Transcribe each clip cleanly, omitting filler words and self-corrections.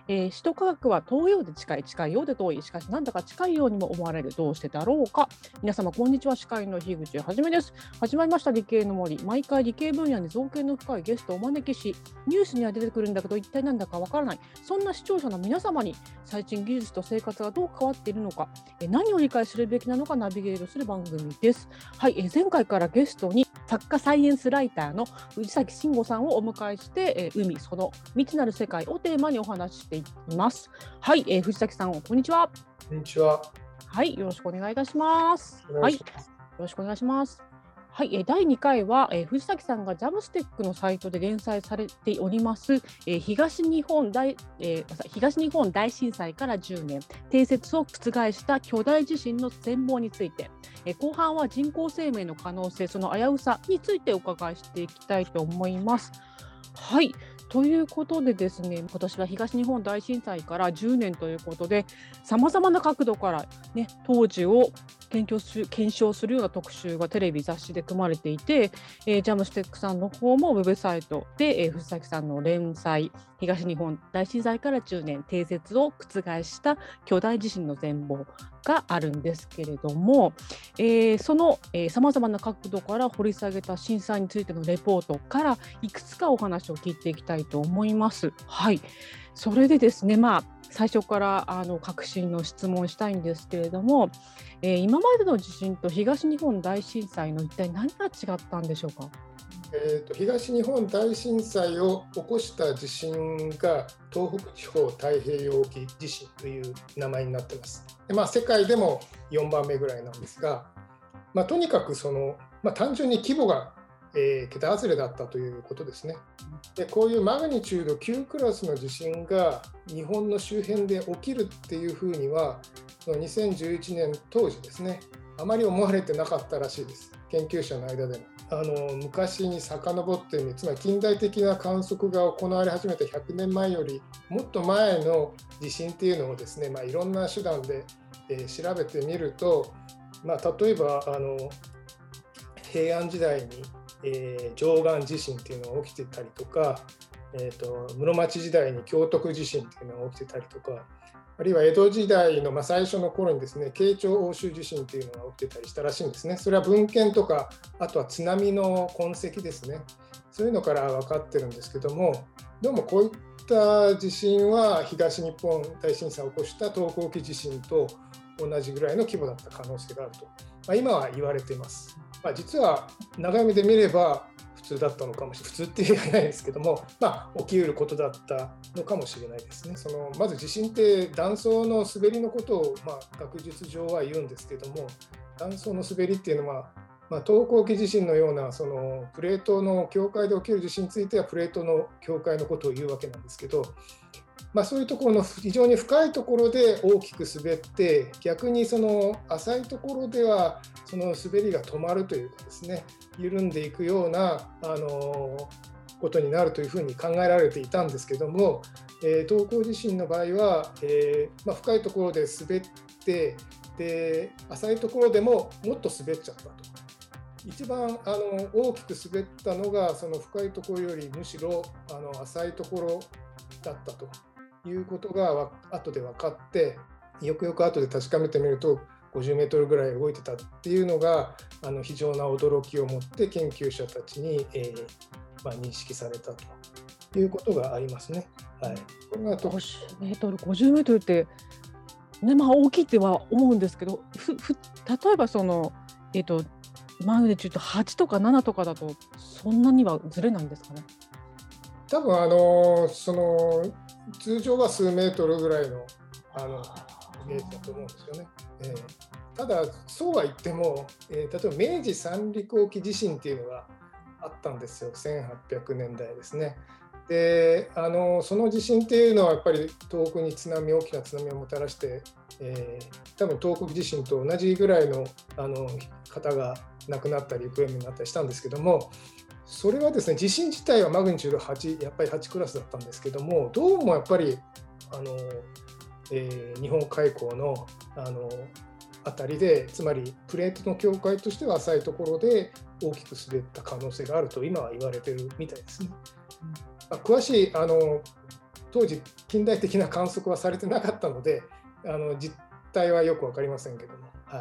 首都科学は遠いようで近い、近いようで遠い、しかしなんだか近いようにも思われる、どうしてだろうか。皆様こんにちは、司会の樋口はじめです。始まりました理系の森。毎回理系分野に造形の深いゲストをお招きし、ニュースには出てくるんだけど一体なんだかわからない、そんな視聴者の皆様に最新技術と生活がどう変わっているのか、何を理解するべきなのかナビゲートする番組です。はい、前回からゲストに作家サイエンスライターの藤崎慎吾さんをお迎えして、海その未知なる世界をテーマにお話ししています。はい、藤崎さん、こんにちは。 こんにちは。 はい、よろしくお願いいたします。 お願いします。 はい、よろしくお願いします。はい、第2回は、藤崎さんがジャムステックのサイトで連載されております、東日本大震災から10年、定説を覆した巨大地震の全貌について、後半は人工生命の可能性、その危うさについてお伺いしていきたいと思います。はい、ということでですね、今年は東日本大震災から10年ということで、さまざまな角度から、当時を検証するような特集がテレビ雑誌で組まれていて、ジャムステックさんの方もウェブサイトで、藤崎さんの連載東日本大震災から10年定説を覆した巨大地震の全貌があるんですけれども、そのさまざまな角度から掘り下げた震災についてのレポートからいくつかお話を聞いていきたいと思います。はい、それでですね、最初から核心の質問したいんですけれども、今までの地震と東日本大震災の一体何が違ったんでしょうか。 東日本大震災を起こした地震が東北地方太平洋沖地震という名前になっています。で、世界でも4番目ぐらいなんですが、とにかく単純に規模が桁外れだったということですね。で、こういうマグニチュード9クラスの地震が日本の周辺で起きるっていうふうには2011年当時ですね、あまり思われてなかったらしいです、研究者の間でも。昔に遡ってみる、つまり近代的な観測が行われ始めた100年前よりもっと前の地震っていうのをですね、いろんな手段で調べてみると、例えば平安時代に貞観地震っていうのが起きてたりとか、室町時代に京徳地震っていうのが起きてたりとか、あるいは江戸時代の最初の頃にですね、慶長応州地震っていうのが起きてたりしたらしいんですね。それは文献とか、あとは津波の痕跡ですね。そういうのから分かってるんですけども、どうもこういった地震は東日本大震災を起こした東北沖地震と同じぐらいの規模だった可能性があると、今は言われています。実は長い目で見れば普通だったのかもしれない、普通って言えないですけども、起きうることだったのかもしれないですね。まず地震って断層の滑りのことを、学術上は言うんですけども、断層の滑りっていうのは、東北沖地震のようなプレートの境界で起きる地震についてはプレートの境界のことを言うわけなんですけど、そういうところの非常に深いところで大きく滑って、逆に浅いところではその滑りが止まるというかですね、緩んでいくようなことになるというふうに考えられていたんですけども、東北地震の場合は、深いところで滑って、で浅いところでももっと滑っちゃったと。一番大きく滑ったのがその深いところよりむしろ浅いところだったということが後で分かって、よくよく後で確かめてみると50メートルぐらい動いてたっていうのが非常な驚きを持って研究者たちに、認識されたということがありますね。はい、これが 50メートルって、大きいっては思うんですけど、例えばマグニチュード8とか7とかだとそんなにはずれないんですかね。 多分通常は数メートルぐらいのイメージだと思うんですよね。ただそうは言っても、例えば明治三陸沖地震っていうのがあったんですよ。1800年代ですね。でその地震っていうのはやっぱり東北に大きな津波をもたらして、多分東北地震と同じぐらいの方が亡くなったり行方不明になったりしたんですけども、それはですね、地震自体はマグニチュード8、やっぱり8クラスだったんですけども、どうもやっぱり日本海溝のあたりで、つまりプレートの境界としては浅いところで大きく滑った可能性があると今は言われているみたいですね。詳しい当時近代的な観測はされてなかったので実態はよく分かりませんけども、はい、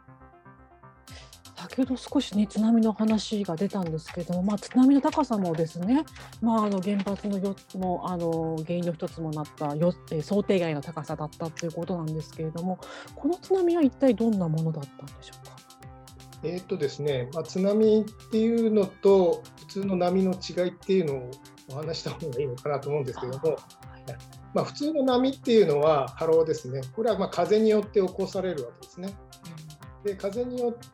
先ほど少しね津波の話が出たんですけれども、津波の高さもですね、原発の原因の一つもなった想定外の高さだったということなんですけれども、この津波は一体どんなものだったんでしょうか。 ですね、津波っていうのと普通の波の違いっていうのをお話した方がいいのかなと思うんですけども、普通の波っていうのは波浪ですね。これは風によって起こされるわけですね。で風によって、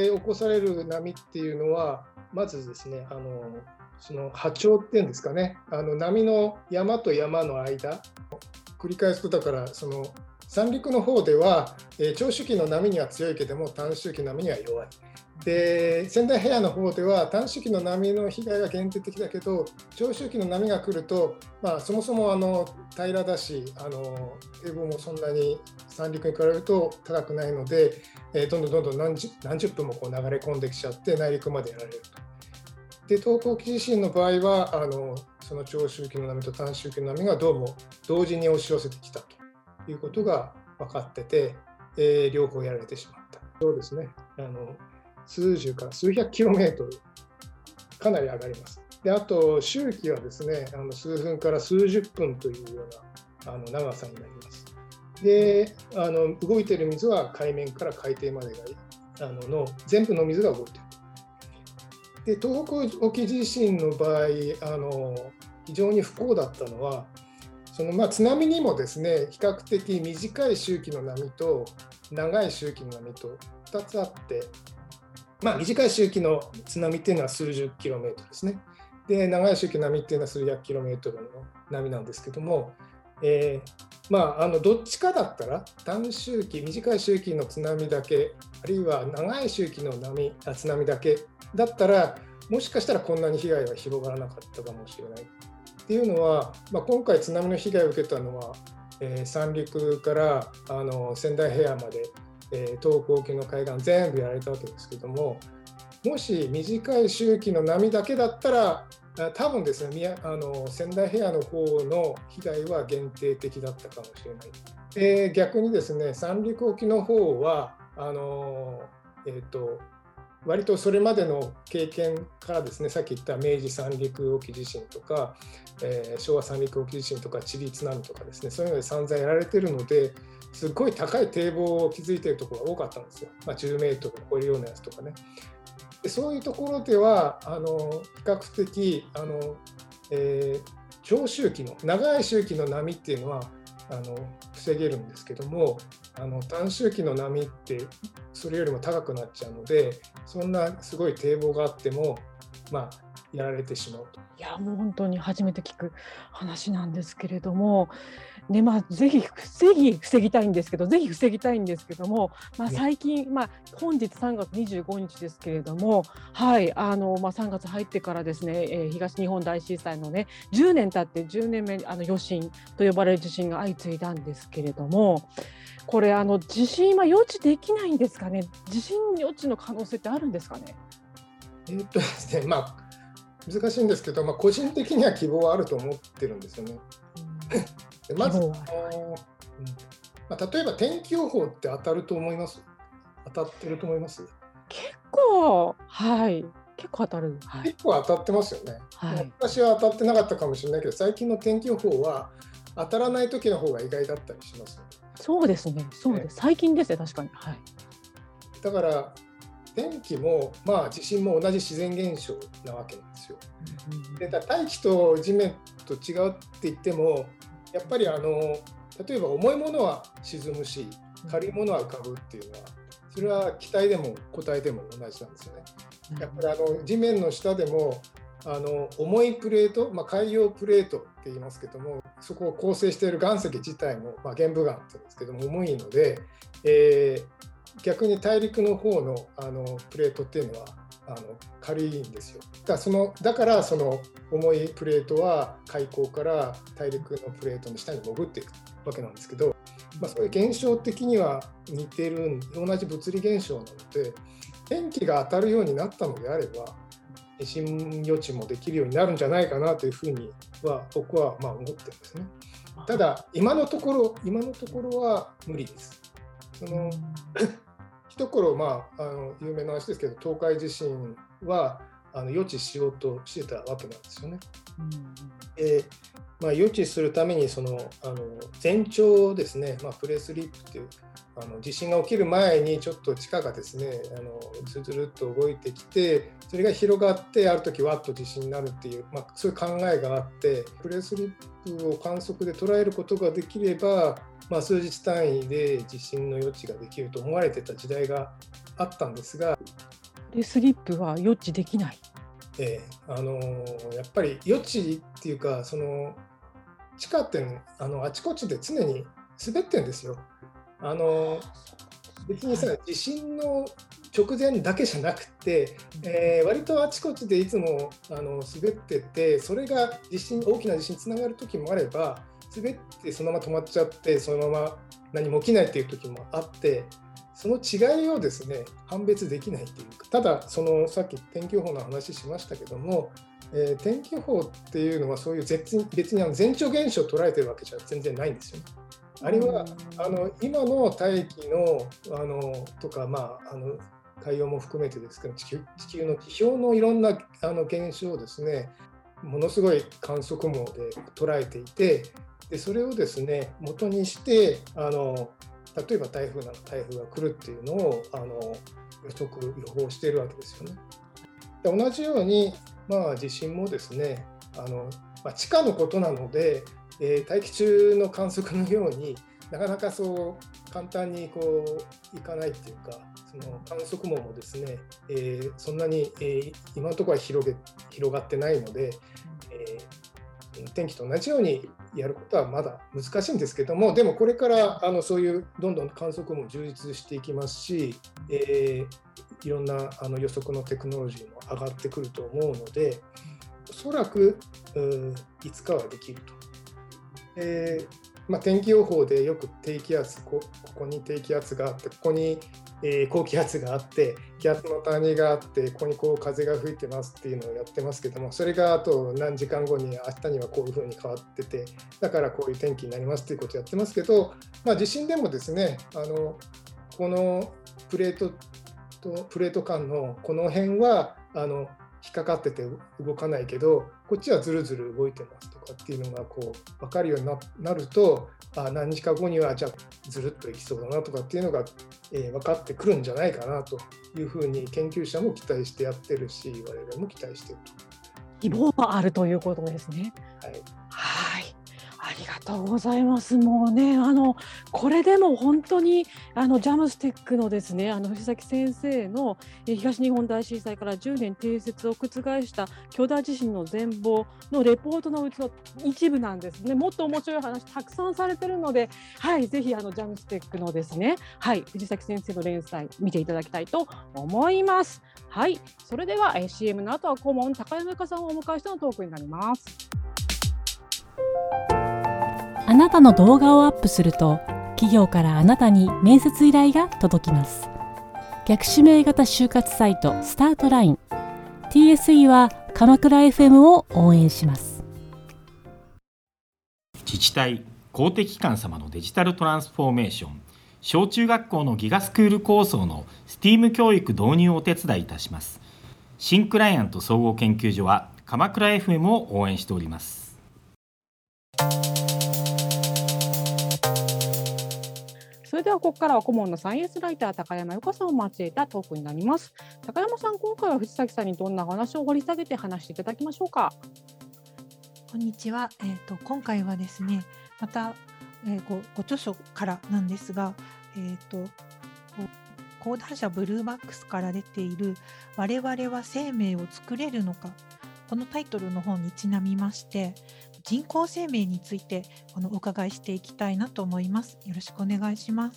起こされる波っていうのはまずですねその波長っていうんですかね、波の山と山の間繰り返すと、だからその三陸の方では、長周期の波には強いけども短周期の波には弱い。で仙台平野の方では短周期の波の被害が限定的だけど長周期の波が来ると、そもそも平らだし堤防もそんなに三陸に比べると高くないので、どんどん何十分もこう流れ込んできちゃって内陸までやられると。で東北沖地震の場合はその長周期の波と短周期の波がどうも同時に押し寄せてきたということが分かってて、両方やられてしまった。そうですね、数十から数百キロメートルかなり上がります。であと周期はですね数分から数十分というような長さになります。で動いている水は海面から海底までが全部の水が動いている。で東北沖地震の場合非常に不幸だったのは津波にもですね比較的短い周期の波と長い周期の波と2つあって、短い周期の津波っていうのは数十キロメートルですね。で長い周期の波っていうのは数百キロメートルの波なんですけども、どっちかだったら短周期短い周期の津波だけあるいは長い周期の津波だけだったらもしかしたらこんなに被害は広がらなかったかもしれないっていうのは、今回津波の被害を受けたのは、三陸から仙台平野まで、東北沖の海岸全部やられたわけですけども、もし短い周期の波だけだったら多分ですね仙台平野の方の被害は限定的だったかもしれない。逆にですね三陸沖の方は割とそれまでの経験からですね、さっき言った明治三陸沖地震とか、昭和三陸沖地震とかチリ津波とかですね、そういうので散々やられているので、すごい高い堤防を築いているところが多かったんですよ。10メートルを超えるようなやつとかね。でそういうところでは比較的長周期の長い周期の波っていうのは防げるんですけども、短周期の波ってそれよりも高くなっちゃうので、そんなすごい堤防があってもやられてしまうと。 いやもう本当に初めて聞く話なんですけれども、ね、ぜひ防ぎたいんですけど、最近、本日3月25日ですけれども、3月入ってからですね、東日本大震災のね、10年経って10年目余震と呼ばれる地震が相次いだんですけれども、これ地震は予知できないんですかね。地震予知の可能性ってあるんですかね。 ですね、難しいんですけど、個人的には希望はあると思ってるんですよね。まず例えば天気予報って当たると思います？当たってると思います？ 結構当たる、 結構当たってますよね。昔は当たってなかったかもしれないけど、最近の天気予報は当たらない時の方が意外だったりしますよね。 そうですね、最近ですね、確かに。 だから天気も地震も同じ自然現象なわけなんですよ。で大気と地面と違うって言っても、やっぱり例えば重いものは沈むし軽いものは浮かぶっていうのは、それは気体でも固体でも同じなんですよね。やっぱり地面の下でも重いプレート、海洋プレートって言いますけども、そこを構成している岩石自体も、玄武岩って言うんですけども重いので、逆に大陸の方のプレートっていうのは軽いんですよ。だからその重いプレートは海溝から大陸のプレートの下に潜っていくわけなんですけど、そういう現象的には似てる同じ物理現象なので、天気が当たるようになったのであれば地震予知もできるようになるんじゃないかなというふうには僕は思ってるんですね。ただ今のところは無理です。一頃、有名な話ですけど、東海地震は予知しようとしてたわけなんですよね。予知するために前兆ですね、プレスリップという地震が起きる前にちょっと地下がですねずるっと動いてきて、それが広がってある時わっと地震になるっていう、そういう考えがあって、プレスリップを観測で捉えることができれば、数日単位で地震の予知ができると思われてた時代があったんですが、 プレスリップは予知できない。 やっぱり予知っていうか、地下ってあちこちで常に滑ってるんですよ。別に地震の直前だけじゃなくて、割とあちこちでいつも滑ってて、それが大きな地震につながる時もあれば、滑ってそのまま止まっちゃってそのまま何も起きないっていう時もあって、その違いをですね判別できないというか、たださっき天気予報の話しましたけども、天気予報っていうのはそういう別に前兆現象を捉えてるわけじゃ全然ないんですよね。あれは今の大気のとか、海洋も含めてですけど、地球の地表のいろんな現象をですねものすごい観測網で捉えていて、でそれをですね元にして例えば台風が来るっていうのを予報しているわけですよね。で同じように、地震もですね地下のことなので、大気中の観測のようになかなかそう簡単にいかないっていうか、観測網もですね、そんなに、今のところは広がってないので、天気と同じようにやることはまだ難しいんですけども、でもこれからそういうどんどん観測も充実していきますし、いろんな予測のテクノロジーも上がってくると思うので、おそらくいつかはできると。天気予報でよく低気圧、ここに低気圧があって、ここに高気圧があって、気圧の谷があって、ここに風が吹いてますっていうのをやってますけども、それがあと何時間後に明日にはこういうふうに変わってて、だからこういう天気になりますっていうことをやってますけど、地震でもですねこのプレート間のこの辺は引っかかってて動かないけど、こっちはずるずる動いてますとかっていうのが分かるようになると、何日か後にはじゃあずるっといきそうだなとかっていうのが、分かってくるんじゃないかなというふうに研究者も期待してやってるし、我々も期待していると。 希望があるということですね。はい、ありがとうございます。もうね、これでも本当にジャムステックのですね、藤崎先生の東日本大震災から10年定説を覆した巨大地震の全貌のレポートのうちの一部なんですね。もっと面白い話たくさんされてるので、ぜひジャムステックのですね、藤崎先生の連載見ていただきたいと思います。それでは CM の後は顧問高山由香さんをお迎えしてのトークになります。 あなたの動画をアップすると企業からあなたに面接依頼が届きます。逆指名型就活サイトスタートライン TSE は鎌倉 FM を応援します。 自治体公的機関様のデジタルトランスフォーメーション、小中学校のギガスクール構想の STEAM 教育導入をお手伝いいたします。新クライアント総合研究所は鎌倉 FM を応援しております。 それではここからは顧問のサイエンスライター高山由香さんを交えたトークになります。高山さん、今回は藤崎さんにどんな話を掘り下げて話していただきましょうか。 こんにちは。今回はですね、また、ご著書からなんですが、講談社ブルーバックスから出ている我々は生命を作れるのか、このタイトルの本にちなみまして人工生命についてお伺いしていきたいなと思います。よろしくお願いします。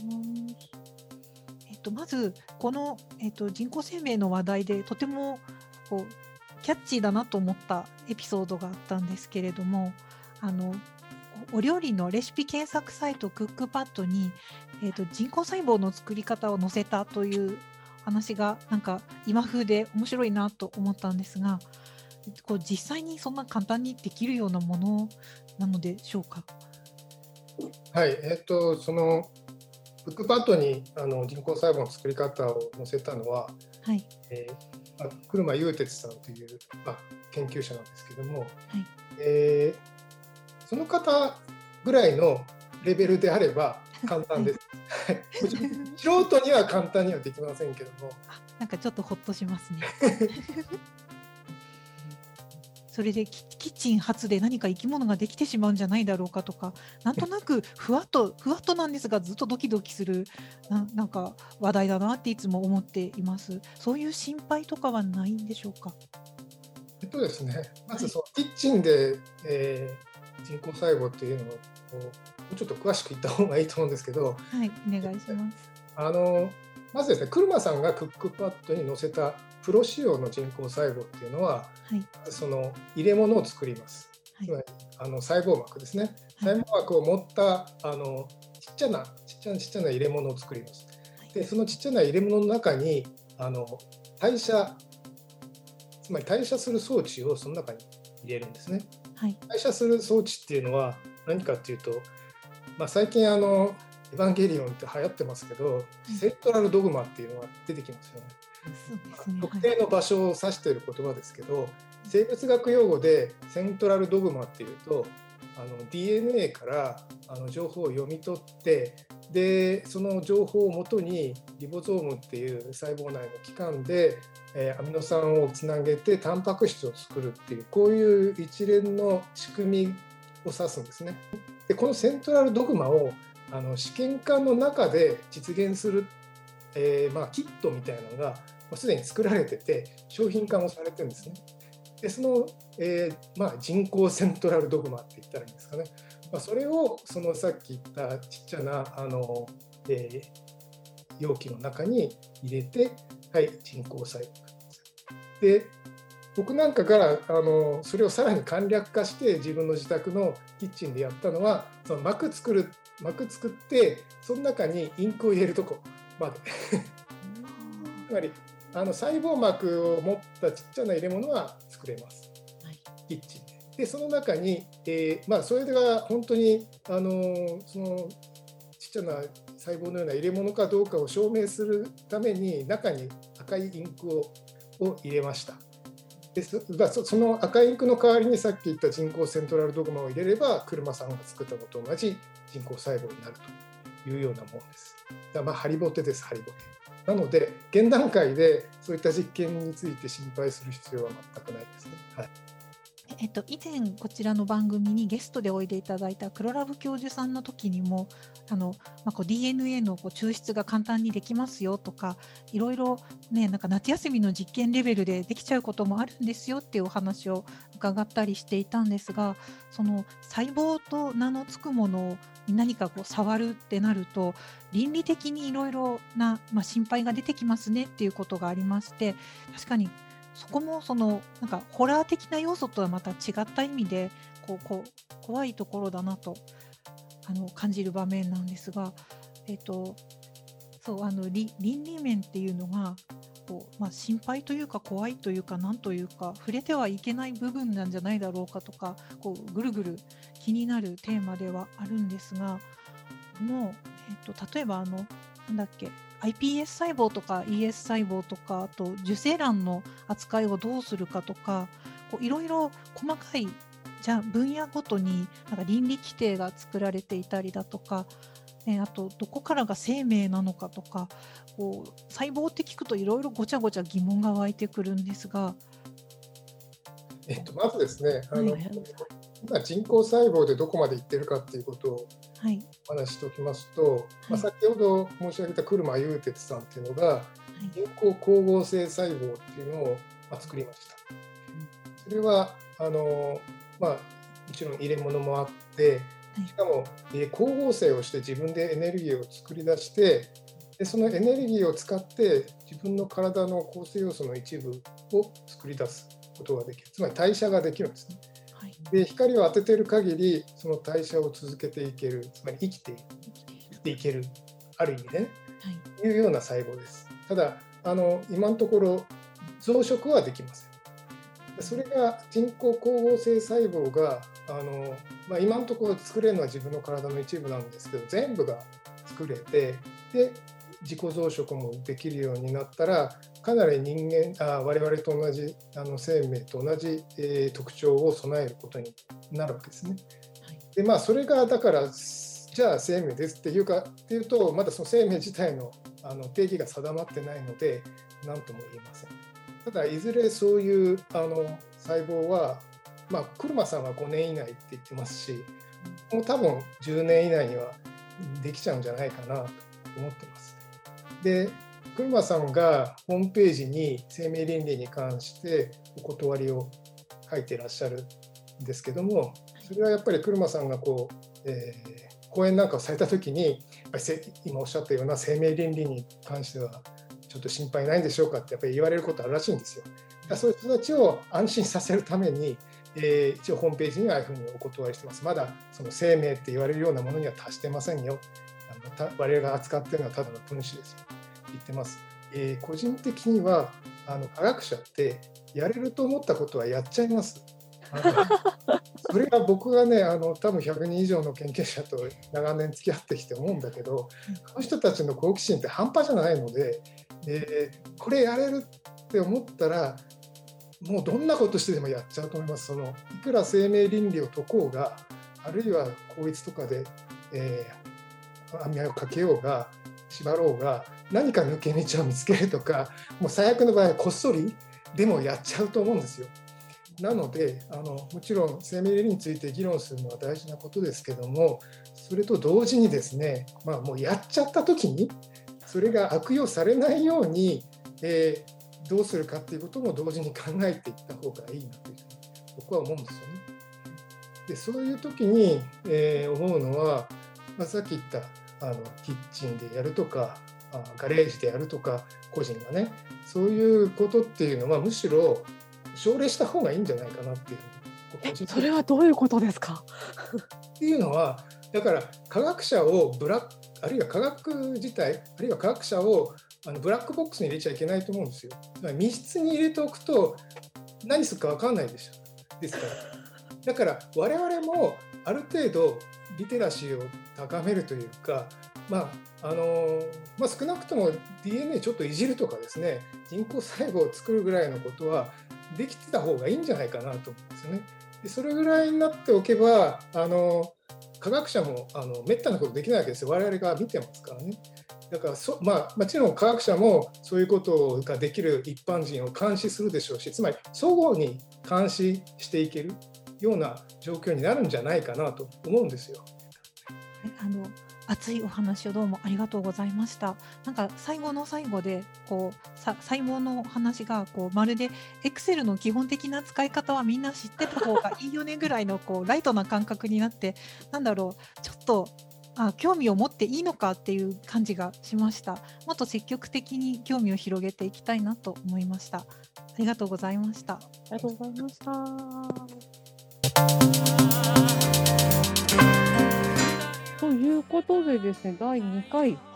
まずこの、人工生命の話題でとてもキャッチーだなと思ったエピソードがあったんですけれども、お料理のレシピ検索サイトクックパッドに、人工細胞の作り方を載せたという話がなんか今風で面白いなと思ったんですが、こう実際にそんな簡単にできるようなものなのでしょうか？ はい、そのブックパッドに人工細胞の作り方を載せたのは、 はい、 車雄哲さんという、研究者なんですけども、 はい、 その方ぐらいのレベルであれば簡単です。素人には簡単にはできませんけども。 なんかちょっとほっとしますね。それでキッチン初で何か生き物ができてしまうんじゃないだろうかとか、なんとなくふわっとなんですがずっとドキドキするなんか話題だなっていつも思っています。そういう心配とかはないんでしょうか？ ですね、まずそのキッチンで、人工細胞っていうのをもうちょっと詳しく言った方がいいと思うんですけど、 はい、お願いします。 まずですね、車さんがクックパッドに載せたプロ仕様の人工細胞っていうのは、 はい、 その入れ物を作ります。 はい、 つまり細胞膜ですね。 はい細胞膜を持ったちっちゃな入れ物を作ります。で、そのちっちゃな入れ物の中に代謝、つまり代謝する装置をその中に入れるんですね。 はい、 代謝する装置っていうのは何かっていうと、最近エヴァンゲリオンって流行ってますけど、セントラルドグマっていうのが出てきますよね。 そうですね。 特定の場所を指している言葉ですけど、生物学用語でセントラルドグマっていうと、DNA から情報を読み取って、でその情報をもとにリボゾームっていう細胞内の器官で、アミノ酸をつなげてタンパク質を作るっていう、こういう一連の仕組みを指すんですね。でこのセントラルドグマを試験管の中で実現する、キットみたいなのがすでに作られてて商品化もされてるんですね。でその、人工セントラルドグマって言ったらいいんですかね。それをそのさっき言ったちっちゃな容器の中に入れて、はい、人工細胞で、僕なんかがそれをさらに簡略化して自分の自宅のキッチンでやったのは、その膜作ってその中にインクを入れるとこまでつまり細胞膜を持ったちっちゃな入れ物は作れます、はい、キッチンで。でその中に、それが本当にそのちっちゃな細胞のような入れ物かどうかを証明するために中に赤いインクを入れました。でその赤インクの代わりにさっき言った人工セントラルドグマを入れれば、車さんが作ったのと同じ人工細胞になるというようなものです。ハリボテです、ハリボテ。なので現段階でそういった実験について心配する必要は全くないですね。はい。 以前こちらの番組にゲストでおいでいただいた黒ラブ教授さんの時にもDNA の抽出が簡単にできますよとか、いろいろね、なんか夏休みの実験レベルでできちゃうこともあるんですよっていうお話を伺ったりしていたんですが、その細胞と名の付くものを何か触るってなると倫理的にいろいろな、心配が出てきますねっていうことがありまして、確かにそこもなんかホラー的な要素とはまた違った意味で怖いところだなと感じる場面なんですが、倫理面っていうのが心配というか怖いというかなんというか触れてはいけない部分なんじゃないだろうかとかぐるぐる気になるテーマではあるんですが、例えばなんだっけiPS 細胞とか ES 細胞とか、あと受精卵の扱いをどうするかとか、いろいろ細かい分野ごとになんか倫理規定が作られていたりだとか、あとどこからが生命なのかとか、細胞って聞くといろいろごちゃごちゃ疑問が湧いてくるんですが、 まずですね、今人工細胞でどこまでいってるかっていうことをお話ししておきますと、先ほど申し上げた車雄哲さんっていうのが人工光合成細胞っていうのを作りました。それはもちろん入れ物もあって、しかも光合成をして自分でエネルギーを作り出して、でそのエネルギーを使って自分の体の構成要素の一部を作り出すことができる。つまり代謝ができるんですね。で光を当てている限りその代謝を続けていける、つまり生きていける、ある意味でね、いうような細胞です。ただ今のところ増殖はできません。それが人工光合成細胞が今のところ作れるのは自分の体の一部なんですけど、全部が作れて、で自己増殖もできるようになったら、かなり我々と同じ生命と同じ、特徴を備えることになるわけですね。でそれがだからじゃあ生命ですっていうと、まだその生命自体の定義が定まってないので何とも言えません。ただいずれそういう細胞は、車さんは5年以内って言ってますし、もう多分10年以内にはできちゃうんじゃないかなと思ってます。で、車さんがホームページに生命倫理に関してお断りを書いていらっしゃるんですけども、それはやっぱり車さんが講演なんかをされたときに、やっぱり今おっしゃったような生命倫理に関してはちょっと心配ないんでしょうかってやっぱり言われることあるらしいんですよ。そういう人たちを安心させるために、一応ホームページにはああいうふうにお断りしてます。まだその生命って言われるようなものには達してませんよ。我々が扱っているのはただの分子ですよって言ってます。個人的には科学者ってやれると思ったことはやっちゃいます。それが僕がね、多分100人以上の研究者と長年付き合ってきて思うんだけど、この人たちの好奇心って半端じゃないので、これやれるって思ったらもうどんなことしてでもやっちゃうと思います。いくら生命倫理を解こうが、あるいは法律とかで、網をかけようが縛ろうが、何か抜け道を見つけるとか、もう最悪の場合はこっそりでもやっちゃうと思うんですよ。なのでもちろん生命倫理について議論するのは大事なことですけども、それと同時にですね、もうやっちゃった時にそれが悪用されないように、どうするかっていうことも同時に考えていった方がいいなというふうに僕は思うんですよね。でそういう時に、思うのは、さっき言ったキッチンでやるとかガレージでやるとか、個人がね、そういうことっていうのはむしろ奨励した方がいいんじゃないかなっていう。 それはどういうことですか？ っていうのは、だから科学者をあるいは科学自体、あるいは科学者をブラックボックスに入れちゃいけないと思うんですよ。だから密室に入れておくと何するか分かんないですから。だから我々もある程度リテラシーを高めるというか、少なくとも DNA ちょっといじるとかですね、人工細胞を作るぐらいのことはできてた方がいいんじゃないかなと思うんですよね。でそれぐらいになっておけば科学者もめったなことできないわけですよ。我々が見てますからね。だからもちろん科学者もそういうことができる一般人を監視するでしょうし、つまり相互に監視していけるような状況になるんじゃないかなと思うんですよ。 熱いお話をどうもありがとうございました。なんか最後の最後で細胞の話がまるで Excel の基本的な使い方はみんな知ってた方がいいよねぐらいのライトな感覚になって、ちょっと興味を持っていいのかっていう感じがしました。もっと積極的に興味を広げていきたいなと思いました。ありがとうございました。 ありがとうございました。ということでですね、第2回、ジ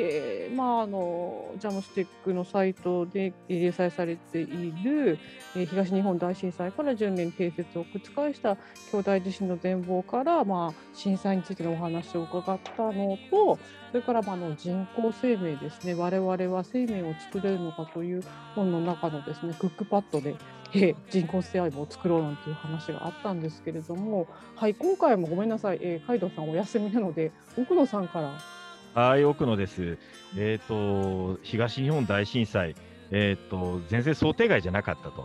ャムスティックのサイトで掲載されている、東日本大震災から10年定説を覆した巨大地震の全貌から、震災についてのお話を伺ったのと、それから人工生命ですね、我々は生命を作れるのかという本の中のですね、クックパッドで人工細胞を作ろうなんていう話があったんですけれども、今回もごめんなさい、海藤さんお休みなので奥野さんから。 はい、奥野です。東日本大震災、全然想定外じゃなかったと。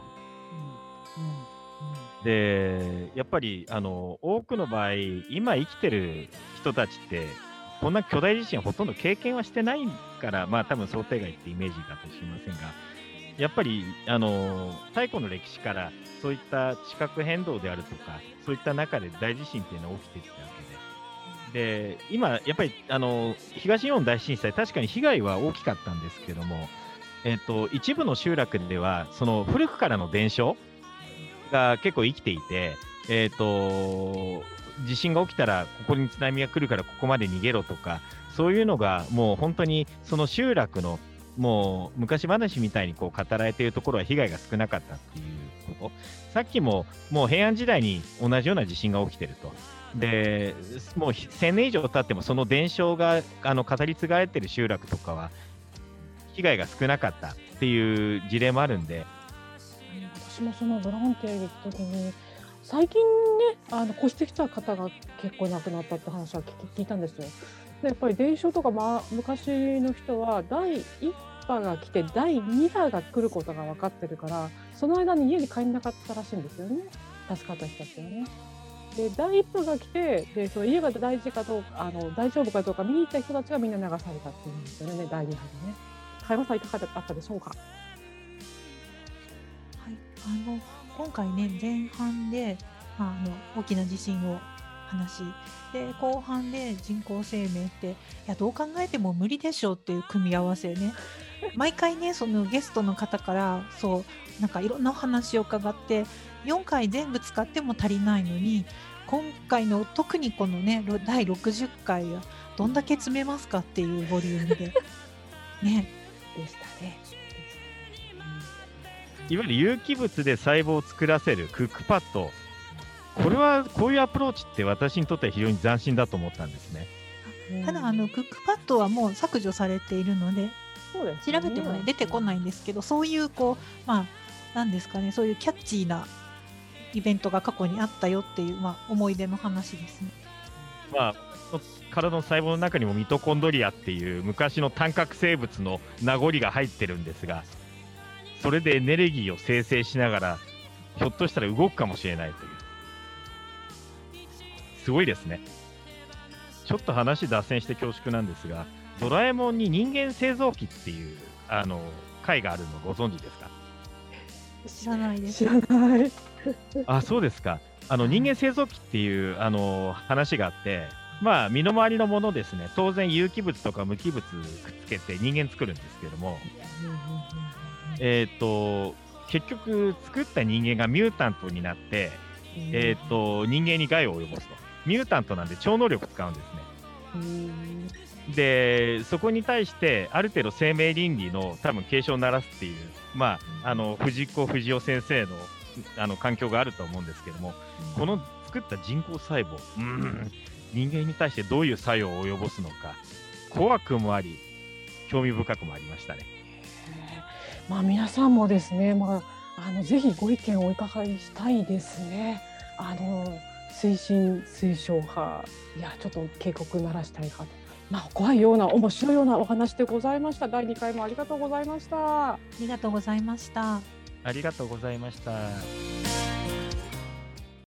でやっぱり多くの場合今生きてる人たちってこんな巨大地震ほとんど経験はしてないから、多分想定外ってイメージかもしれませんが、やっぱり太古の歴史からそういった地殻変動であるとか、そういった中で大地震っていうのは起きてきたわけで、今やっぱり東日本大震災、確かに被害は大きかったんですけども、一部の集落ではその古くからの伝承が結構生きていて、地震が起きたらここに津波が来るからここまで逃げろとか、そういうのがもう本当にその集落のもう昔話みたいにこう語られているところは被害が少なかったっていうこと。さっきももう平安時代に同じような地震が起きてると。でもう1000年以上経ってもその伝承が語り継がれてる集落とかは被害が少なかったっていう事例もあるんで、 私もそのボランティアに行くときに最近ね越してきた方が結構亡くなったって話は聞いたんですよ。でやっぱり伝承とか、昔の人は第1波が来て第2波が来ることが分かってるから、その間に家に帰んなかったらしいんですよね、助かった人たちはね。で第1波が来て、でその家が大事かどうか大丈夫かどうか見に行った人たちがみんな流されたっていうんですよね、第2波でね。会話さんいかがだったでしょうか。 はい、今回ね前半で、大きな地震を話で、後半で人工生命って、いやどう考えても無理でしょうっていう組み合わせね毎回ねそのゲストの方からなんかいろんなお話を伺って、4回全部使っても足りないのに、今回の特にこのね第60回はどんだけ詰めますかっていうボリュームでねでしたね。 いわゆる有機物で細胞を作らせるクックパッド、これはこういうアプローチって私にとっては非常に斬新だと思ったんですね。 ただクックパッドはもう削除されているので、 そうですね、 調べてもね出てこないんですけど、そういうなんですかね、そういうキャッチーなイベントが過去にあったよっていう、思い出の話ですね。 体の細胞の中にもミトコンドリアっていう昔の単核生物の名残が入ってるんですが、それでエネルギーを生成しながらひょっとしたら動くかもしれないという、すごいですね。ちょっと話脱線して恐縮なんですが、ドラえもんに人間製造機っていう回があるのご存知ですか？ 知らないです。 知らない。 あ、そうですか。人間製造機っていう話があって、身の回りのものですね、当然有機物とか無機物くっつけて人間作るんですけれども、結局作った人間がミュータントになって、人間に害を及ぼすと。ミュータントなんで超能力使うんですね。でそこに対してある程度生命倫理の多分警鐘を鳴らすっていう、藤子不二雄先生の環境があると思うんですけども、この作った人工細胞、人間に対してどういう作用を及ぼすのか、怖くもあり興味深くもありましたね。 皆さんもですね、ぜひご意見をお伺いしたいですね。推進推奨派、いやちょっと警告鳴らしたい派、怖いような面白いようなお話でございました。第2回もありがとうございました。 ありがとうございました。 ありがとうございました。